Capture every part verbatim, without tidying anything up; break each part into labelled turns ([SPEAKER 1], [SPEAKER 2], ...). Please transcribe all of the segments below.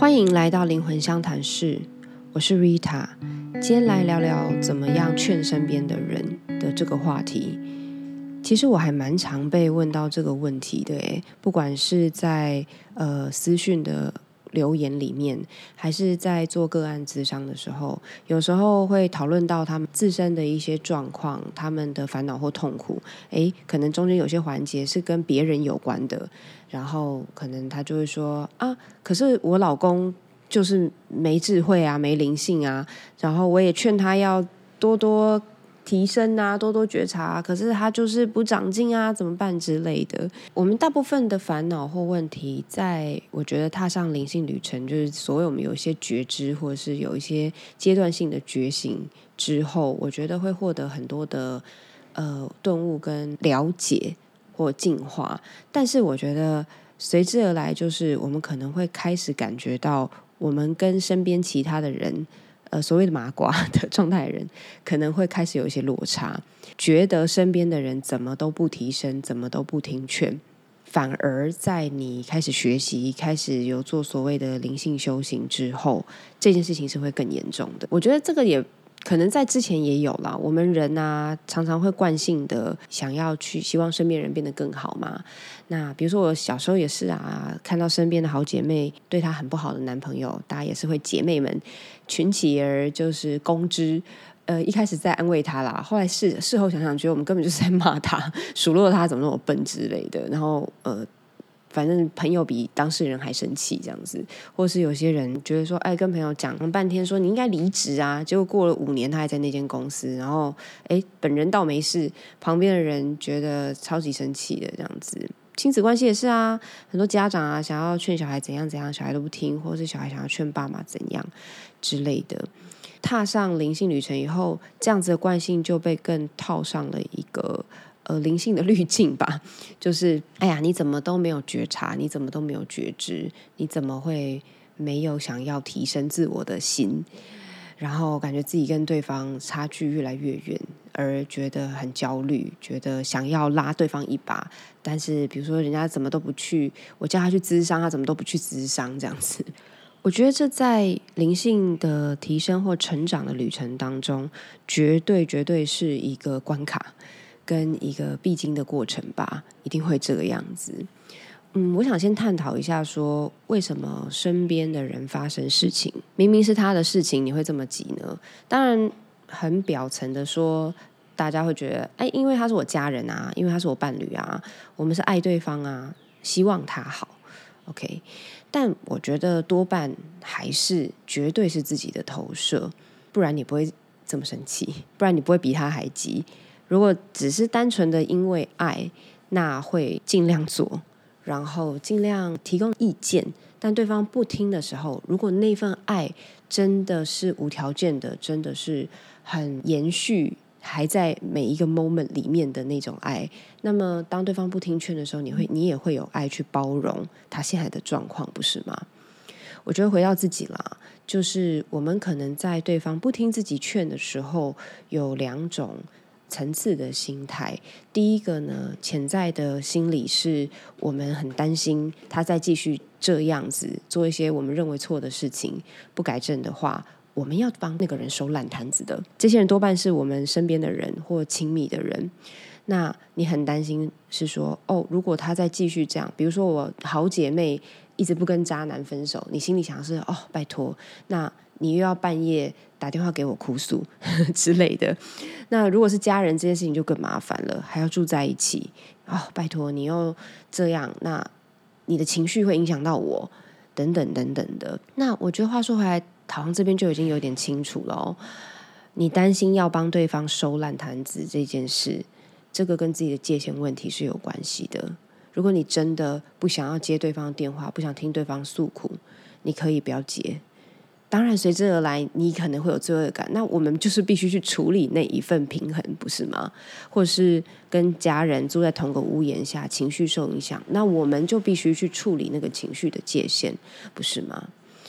[SPEAKER 1] 欢迎来到灵魂相谈室，我是 Rita， 今天来聊聊怎么样劝身边的人的这个话题。其实我还蛮常被问到这个问题的耶，不管是在呃私讯的留言里面，还是在做个案咨商的时候，有时候会讨论到他们自身的一些状况，他们的烦恼或痛苦，诶，可能中间有些环节是跟别人有关的，然后可能他就会说啊，可是我老公就是没智慧啊，没灵性啊，然后我也劝他要多多提升啊，多多觉察啊，可是他就是不长进啊，怎么办之类的。我们大部分的烦恼或问题，在我觉得踏上灵性旅程，就是所谓我们有一些觉知，或者是有一些阶段性的觉醒之后，我觉得会获得很多的呃顿悟跟了解或进化。但是我觉得随之而来，就是我们可能会开始感觉到，我们跟身边其他的人呃，所谓的麻瓜的状态的人可能会开始有一些落差，觉得身边的人怎么都不提升，怎么都不听劝，反而在你开始学习，开始有做所谓的灵性修行之后，这件事情是会更严重的。我觉得这个也可能在之前也有啦，我们人啊常常会惯性的想要去希望身边人变得更好嘛。那比如说我小时候也是啊，看到身边的好姐妹对她很不好的男朋友，大家也是会姐妹们群起而就是攻之。呃，一开始在安慰他啦，后来事事后想想，觉得我们根本就是在骂他，数落他怎么那么笨之类的。然后呃，反正朋友比当事人还生气这样子，或是有些人觉得说，哎，跟朋友讲半天说你应该离职啊，结果过了五年他还在那间公司，然后哎，本人倒没事，旁边的人觉得超级生气的这样子。亲子关系也是啊，很多家长啊想要劝小孩怎样怎样，小孩都不听，或是小孩想要劝爸妈怎样之类的。踏上灵性旅程以后，这样子的惯性就被更套上了一个呃灵性的滤镜吧，就是哎呀，你怎么都没有觉察，你怎么都没有觉知，你怎么会没有想要提升自我的心？然后感觉自己跟对方差距越来越远，而觉得很焦虑，觉得想要拉对方一把，但是比如说人家怎么都不去，我叫他去咨商，他怎么都不去咨商这样子。我觉得这在灵性的提升或成长的旅程当中，绝对绝对是一个关卡跟一个必经的过程吧，一定会这个样子。嗯，我想先探讨一下说，为什么身边的人发生事情，明明是他的事情，你会这么急呢？当然，很表层的说，大家会觉得，哎，因为他是我家人啊，因为他是我伴侣啊，我们是爱对方啊，希望他好。OK， 但我觉得多半还是绝对是自己的投射，不然你不会这么生气，不然你不会比他还急。如果只是单纯的因为爱，那会尽量做，然后尽量提供意见，但对方不听的时候，如果那份爱真的是无条件的，真的是很延续，还在每一个 moment 里面的那种爱，那么当对方不听劝的时候，你会你也会有爱去包容他现在的状况，不是吗？我觉得回到自己啦，就是我们可能在对方不听自己劝的时候，有两种层次的心态。第一个呢，潜在的心理是我们很担心他再继续这样子做一些我们认为错的事情，不改正的话，我们要帮那个人收烂摊子的。这些人多半是我们身边的人或亲密的人。那你很担心是说，哦，如果他再继续这样，比如说我好姐妹一直不跟渣男分手，你心里想的是，哦，拜托，那你又要半夜打电话给我哭诉之类的。那如果是家人，这件事情就更麻烦了，还要住在一起，哦，拜托你又这样，那你的情绪会影响到我，等等等等的。那我觉得话说回来，好像这边就已经有点清楚了哦。你担心要帮对方收烂摊子这件事，这个跟自己的界限问题是有关系的。如果你真的不想要接对方的电话，不想听对方诉苦，你可以不要接。当然随之而来你可能会有罪恶感，那我们就是必须去处理那一份平衡，不是吗？或是跟家人住在同个屋檐下，情绪受影响，那我们就必须去处理那个情绪的界限，不是吗？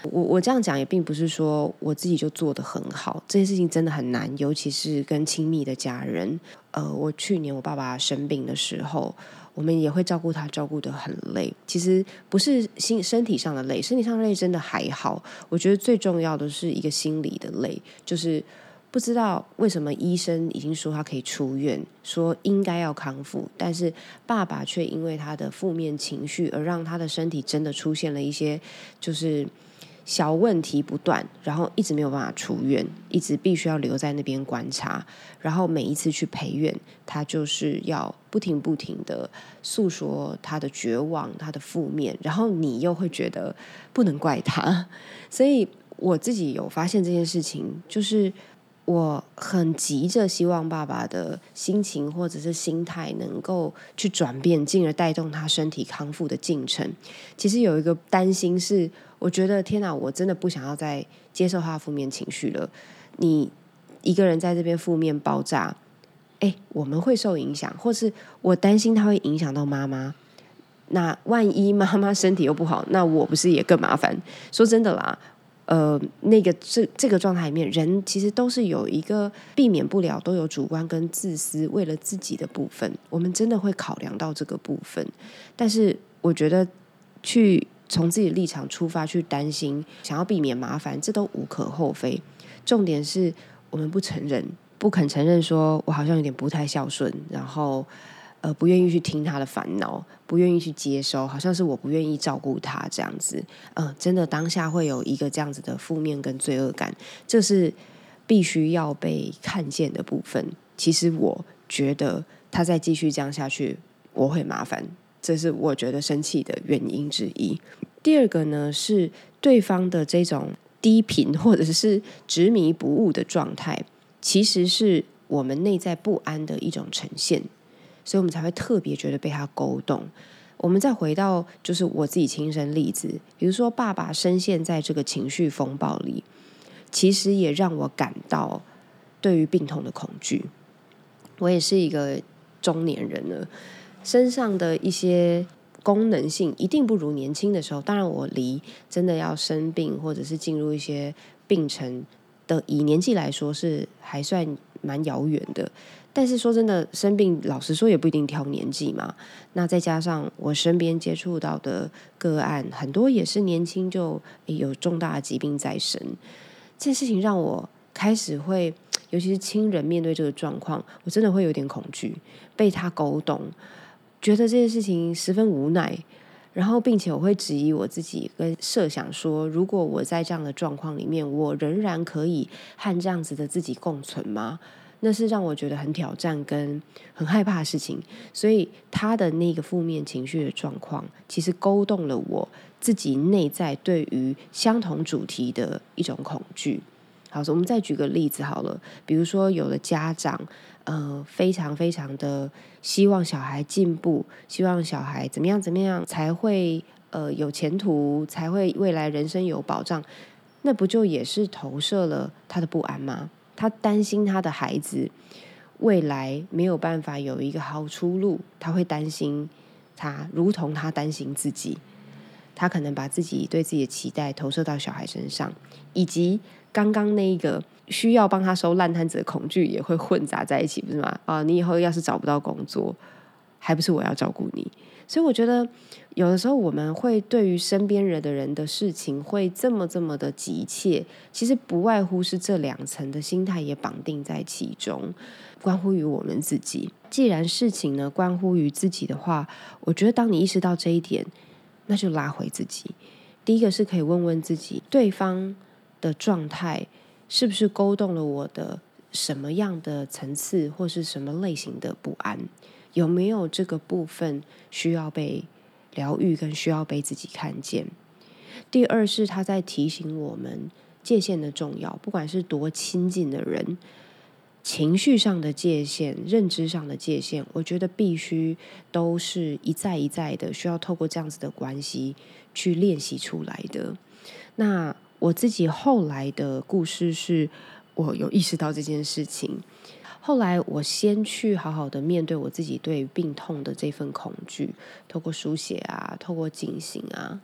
[SPEAKER 1] 我我这样讲也并不是说我自己就做得很好，这件事情真的很难，尤其是跟亲密的家人。呃，我去年我爸爸生病的时候，我们也会照顾他，照顾得很累。其实不是心身体上的累，身体上的累真的还好。我觉得最重要的是一个心理的累，就是不知道为什么医生已经说他可以出院，说应该要康复，但是爸爸却因为他的负面情绪而让他的身体真的出现了一些就是小问题不断，然后一直没有办法出院，一直必须要留在那边观察，然后每一次去陪院，他就是要不停不停的诉说他的绝望，他的负面，然后你又会觉得不能怪他，所以我自己有发现这件事情，就是我很急着希望爸爸的心情或者是心态能够去转变，进而带动他身体康复的进程。其实有一个担心是，我觉得天哪，我真的不想要再接受他的负面情绪了。你一个人在这边负面爆炸，哎，我们会受影响，或是我担心他会影响到妈妈。那万一妈妈身体又不好，那我不是也更麻烦？说真的啦，呃，那个这这个状态里面，人其实都是有一个避免不了都有主观跟自私，为了自己的部分，我们真的会考量到这个部分。但是我觉得去从自己的立场出发去担心，想要避免麻烦，这都无可厚非。重点是我们不承认，不肯承认说我好像有点不太孝顺，然后呃，不愿意去听他的烦恼，不愿意去接收，好像是我不愿意照顾他这样子。嗯、呃，真的当下会有一个这样子的负面跟罪恶感，这是必须要被看见的部分。其实我觉得他再继续这样下去，我会麻烦，这是我觉得生气的原因之一。第二个呢，是对方的这种低频或者是执迷不悟的状态，其实是我们内在不安的一种呈现。所以我们才会特别觉得被他勾动。我们再回到就是我自己亲身例子，比如说爸爸深陷在这个情绪风暴里，其实也让我感到对于病痛的恐惧。我也是一个中年人了，身上的一些功能性一定不如年轻的时候。当然我离真的要生病或者是进入一些病程的，以年纪来说是还算蛮遥远的。但是说真的，生病老实说也不一定挑年纪嘛。那再加上我身边接触到的个案，很多也是年轻就有重大的疾病在身。这件事情让我开始会，尤其是亲人面对这个状况，我真的会有点恐惧，被他勾动，觉得这件事情十分无奈。然后并且我会质疑我自己，跟设想说，如果我在这样的状况里面，我仍然可以和这样子的自己共存吗？那是让我觉得很挑战跟很害怕的事情。所以他的那个负面情绪的状况，其实勾动了我自己内在对于相同主题的一种恐惧。好，我们再举个例子好了，比如说有的家长呃，非常非常的希望小孩进步，希望小孩怎么样怎么样才会呃有前途，才会未来人生有保障。那不就也是投射了他的不安吗？他担心他的孩子未来没有办法有一个好出路，他会担心他，如同他担心自己。他可能把自己对自己的期待投射到小孩身上，以及刚刚那一个需要帮他收烂摊子的恐惧也会混杂在一起，不是吗？啊，你以后要是找不到工作，还不是我要照顾你？所以我觉得有的时候我们会对于身边人的人的事情会这么这么的急切，其实不外乎是这两层的心态也绑定在其中，关乎于我们自己。既然事情呢关乎于自己的话，我觉得当你意识到这一点，那就拉回自己。第一个是可以问问自己，对方的状态是不是勾动了我的什么样的层次，或是什么类型的不安？有没有这个部分需要被疗愈，跟需要被自己看见？第二是他在提醒我们界限的重要，不管是多亲近的人，情绪上的界限，认知上的界限，我觉得必须都是一再一再的需要透过这样子的关系去练习出来的。那我自己后来的故事是，我有意识到这件事情，后来我先去好好的面对我自己对病痛的这份恐惧，透过书写啊，透过进行啊，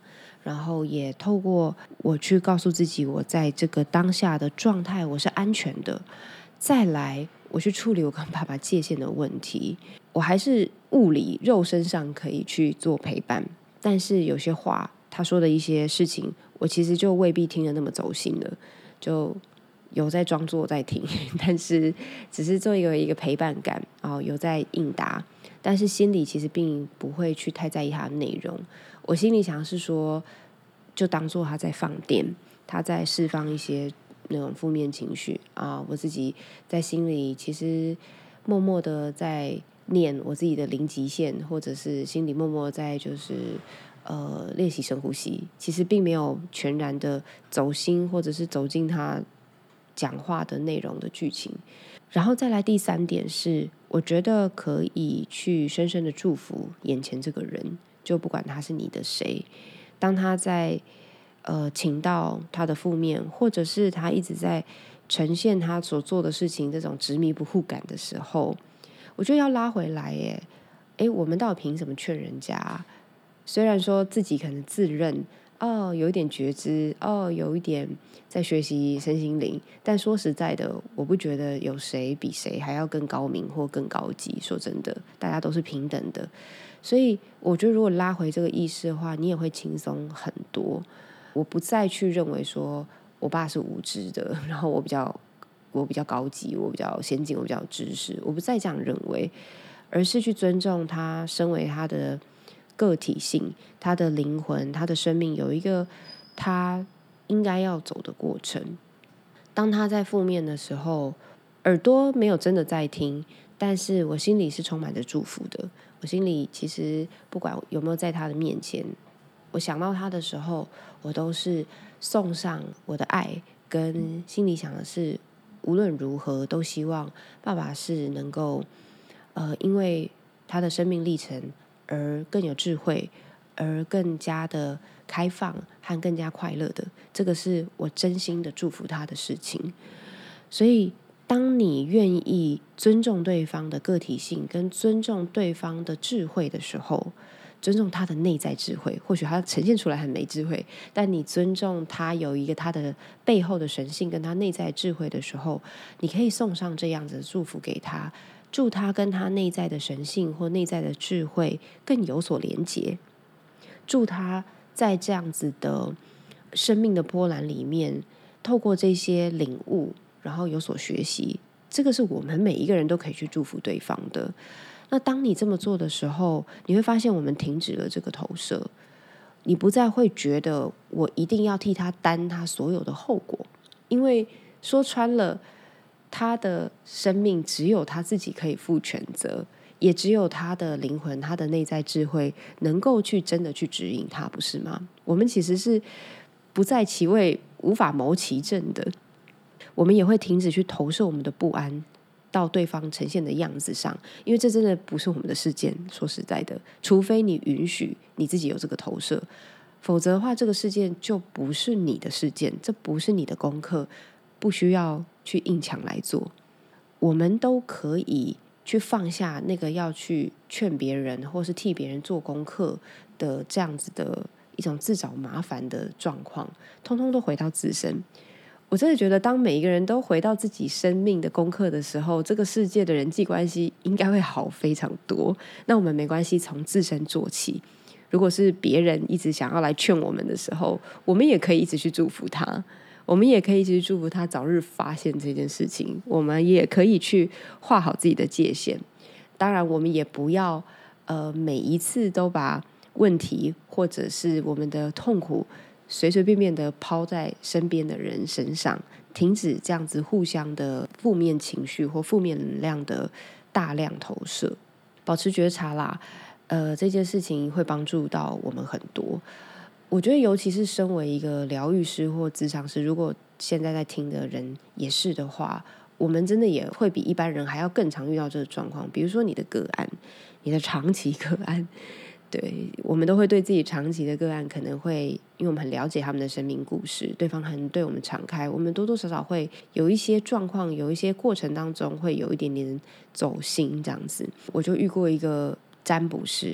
[SPEAKER 1] 然后也透过我去告诉自己，我在这个当下的状态我是安全的，再来我去处理我跟爸爸界限的问题。我还是物理肉身上可以去做陪伴，但是有些话他说的一些事情，我其实就未必听得那么走心了，就有在装作在听，但是只是做一个一个陪伴感，哦，有在应答，但是心里其实并不会去太在意它的内容。我心里想是说，就当做他在放电，他在释放一些那种负面情绪啊。我自己在心里其实默默的在念我自己的零极限，或者是心里默默在就是呃练习深呼吸，其实并没有全然的走心，或者是走进他讲话的内容的剧情。然后再来第三点是，我觉得可以去深深的祝福眼前这个人，就不管他是你的谁，当他在呃倾到他的负面，或者是他一直在呈现他所做的事情这种执迷不悟感的时候，我觉得要拉回来耶。诶，我们到底凭什么劝人家啊？虽然说自己可能自认哦有一点觉知，哦有一点在学习身心灵，但说实在的，我不觉得有谁比谁还要更高明或更高级。说真的，大家都是平等的。所以我觉得如果拉回这个意识的话，你也会轻松很多。我不再去认为说我爸是无知的，然后我比较我比较高级，我比较先进，我比较有知识，我不再这样认为，而是去尊重他身为他的个体性，他的灵魂，他的生命有一个他应该要走的过程。当他在负面的时候，耳朵没有真的在听，但是我心里是充满着祝福的。我心里其实不管有没有在他的面前，我想到他的时候，我都是送上我的爱，跟心里想的是无论如何都希望爸爸是能够呃，因为他的生命历程而更有智慧，而更加的开放和更加快乐的，这个是我真心的祝福他的事情。所以当你愿意尊重对方的个体性，跟尊重对方的智慧的时候，尊重他的内在智慧，或许他呈现出来很没智慧，但你尊重他有一个他的背后的神性跟他内在智慧的时候，你可以送上这样子的祝福给他，祝他跟他内在的神性或内在的智慧更有所连结，祝他在这样子的生命的波澜里面，透过这些领悟，然后有所学习，这个是我们每一个人都可以去祝福对方的。那当你这么做的时候，你会发现我们停止了这个投射，你不再会觉得我一定要替他担他所有的后果，因为说穿了，他的生命只有他自己可以负全责，也只有他的灵魂，他的内在智慧能够去真的去指引他，不是吗？我们其实是不在其位，无法谋其政的。我们也会停止去投射我们的不安到对方呈现的样子上，因为这真的不是我们的事件。说实在的，除非你允许你自己有这个投射，否则的话，这个事件就不是你的事件，这不是你的功课，不需要去硬抢来做。我们都可以去放下那个要去劝别人或是替别人做功课的这样子的一种自找麻烦的状况，通通都回到自身。我真的觉得当每一个人都回到自己生命的功课的时候，这个世界的人际关系应该会好非常多。那我们没关系，从自身做起。如果是别人一直想要来劝我们的时候，我们也可以一直去祝福他，我们也可以一直去祝福他早日发现这件事情，我们也可以去画好自己的界限。当然我们也不要呃每一次都把问题或者是我们的痛苦随随便便的抛在身边的人身上，停止这样子互相的负面情绪或负面能量的大量投射，保持觉察啦。呃，这件事情会帮助到我们很多。我觉得尤其是身为一个疗愈师或咨商师，如果现在在听的人也是的话，我们真的也会比一般人还要更常遇到这个状况。比如说你的个案，你的长期个案，对，我们都会对自己长期的个案可能会，因为我们很了解他们的生命故事，对方很对我们敞开，我们多多少少会有一些状况，有一些过程当中会有一点点走心这样子。我就遇过一个占卜师，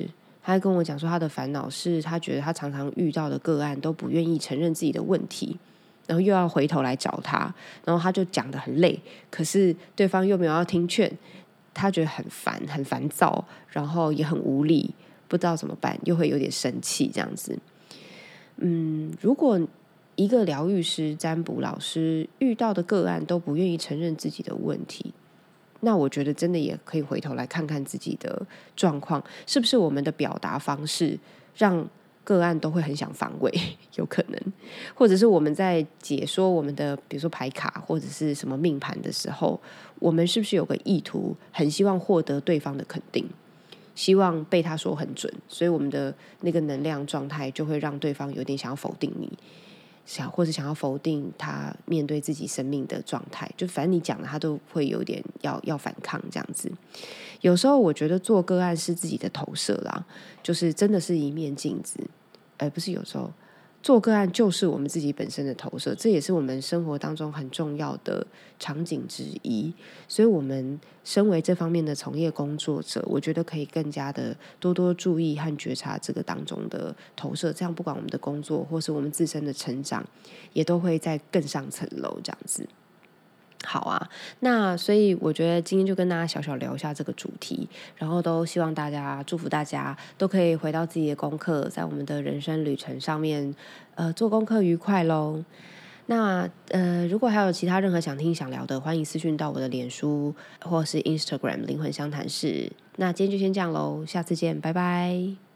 [SPEAKER 1] 他还跟我讲说，他的烦恼是他觉得他常常遇到的个案都不愿意承认自己的问题，然后又要回头来找他，然后他就讲得很累，可是对方又没有要听劝，他觉得很烦很烦躁，然后也很无力，不知道怎么办，又会有点生气这样子。嗯，如果一个疗愈师、占卜老师遇到的个案都不愿意承认自己的问题，那我觉得真的也可以回头来看看自己的状况，是不是我们的表达方式让个案都会很想防卫，有可能，或者是我们在解说我们的比如说牌卡或者是什么命盘的时候，我们是不是有个意图，很希望获得对方的肯定，希望被他说很准，所以我们的那个能量状态就会让对方有点想要否定你，想或者想要否定他面对自己生命的状态，就反正你讲了他都会有点要要反抗这样子。有时候我觉得做个案是自己的投射啦，就是真的是一面镜子，呃，不是有时候做个案就是我们自己本身的投射，这也是我们生活当中很重要的场景之一。所以我们身为这方面的从业工作者，我觉得可以更加的多多注意和觉察这个当中的投射，这样不管我们的工作或是我们自身的成长，也都会再更上层楼这样子。好啊，那所以我觉得今天就跟大家小小聊一下这个主题，然后都希望大家祝福大家都可以回到自己的功课，在我们的人生旅程上面，呃，做功课愉快咯。那呃，如果还有其他任何想听想聊的，欢迎私讯到我的脸书或是 Instagram 灵魂相谈室。那今天就先这样咯，下次见，拜拜。